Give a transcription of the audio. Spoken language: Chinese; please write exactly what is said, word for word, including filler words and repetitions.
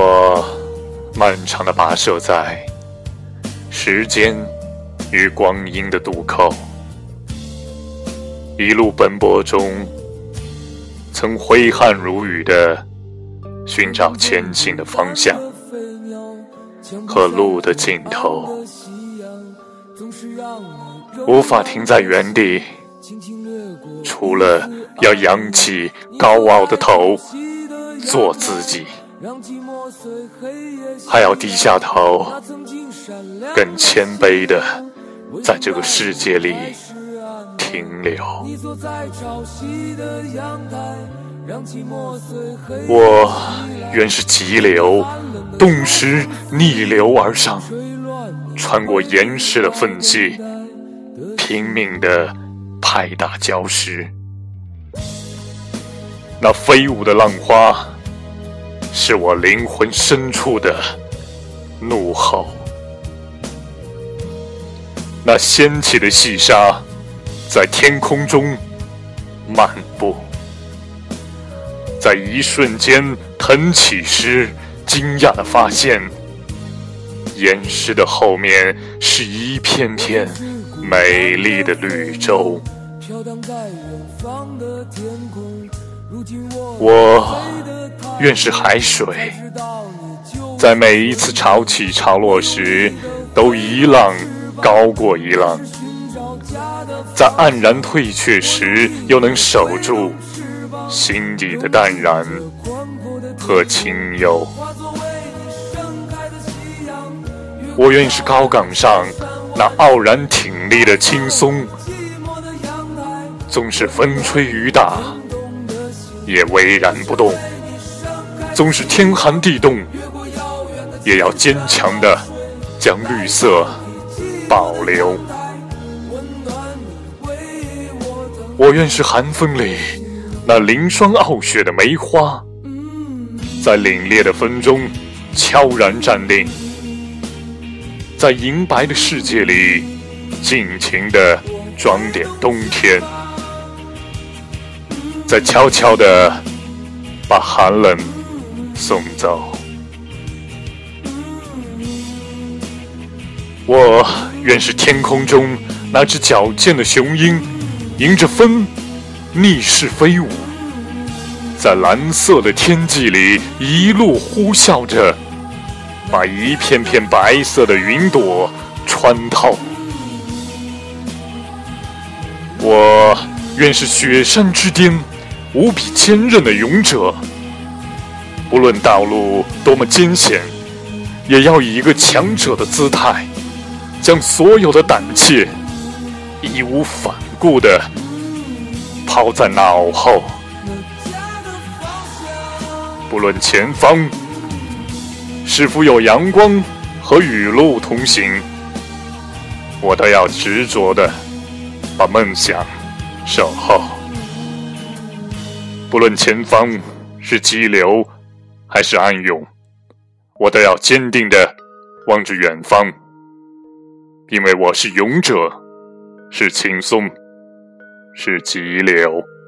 我漫长的跋涉在时间与光阴的渡口，一路奔波中，曾挥汗如雨地寻找前行的方向和路的尽头，无法停在原地，除了要扬起高傲的头做自己，还要低下头，更谦卑地在这个世界里停留。我原是急流，冻时逆流而上，穿过岩石的缝隙，拼命地拍打礁石。那飞舞的浪花是我灵魂深处的怒吼，那掀起的细沙在天空中漫步，在一瞬间腾起时，惊讶地发现岩石的后面是一片片美丽的绿洲。我愿是海水，在每一次潮起潮落时都一浪高过一浪，在黯然退却时又能守住心底的淡然和清幽。我愿是高岗上那傲然挺立的青松，纵使风吹雨打也巍然不动，纵使天寒地冻也要坚强地将绿色保留。我愿是寒风里那凌霜傲雪的梅花，在凛冽的风中悄然站定，在银白的世界里尽情地装点冬天，再悄悄地把寒冷送走。我愿是天空中那只矫健的雄鹰，迎着风逆势飞舞，在蓝色的天际里一路呼啸着，把一片片白色的云朵穿透。我愿是雪山之巅无比坚韧的勇者，不论道路多么艰险，也要以一个强者的姿态，将所有的胆怯义无反顾地抛在脑后。不论前方是否有阳光和雨露同行，我都要执着地把梦想守候。不论前方是激流还是暗涌，我都要坚定地望着远方，因为我是勇者，是轻松，是急流。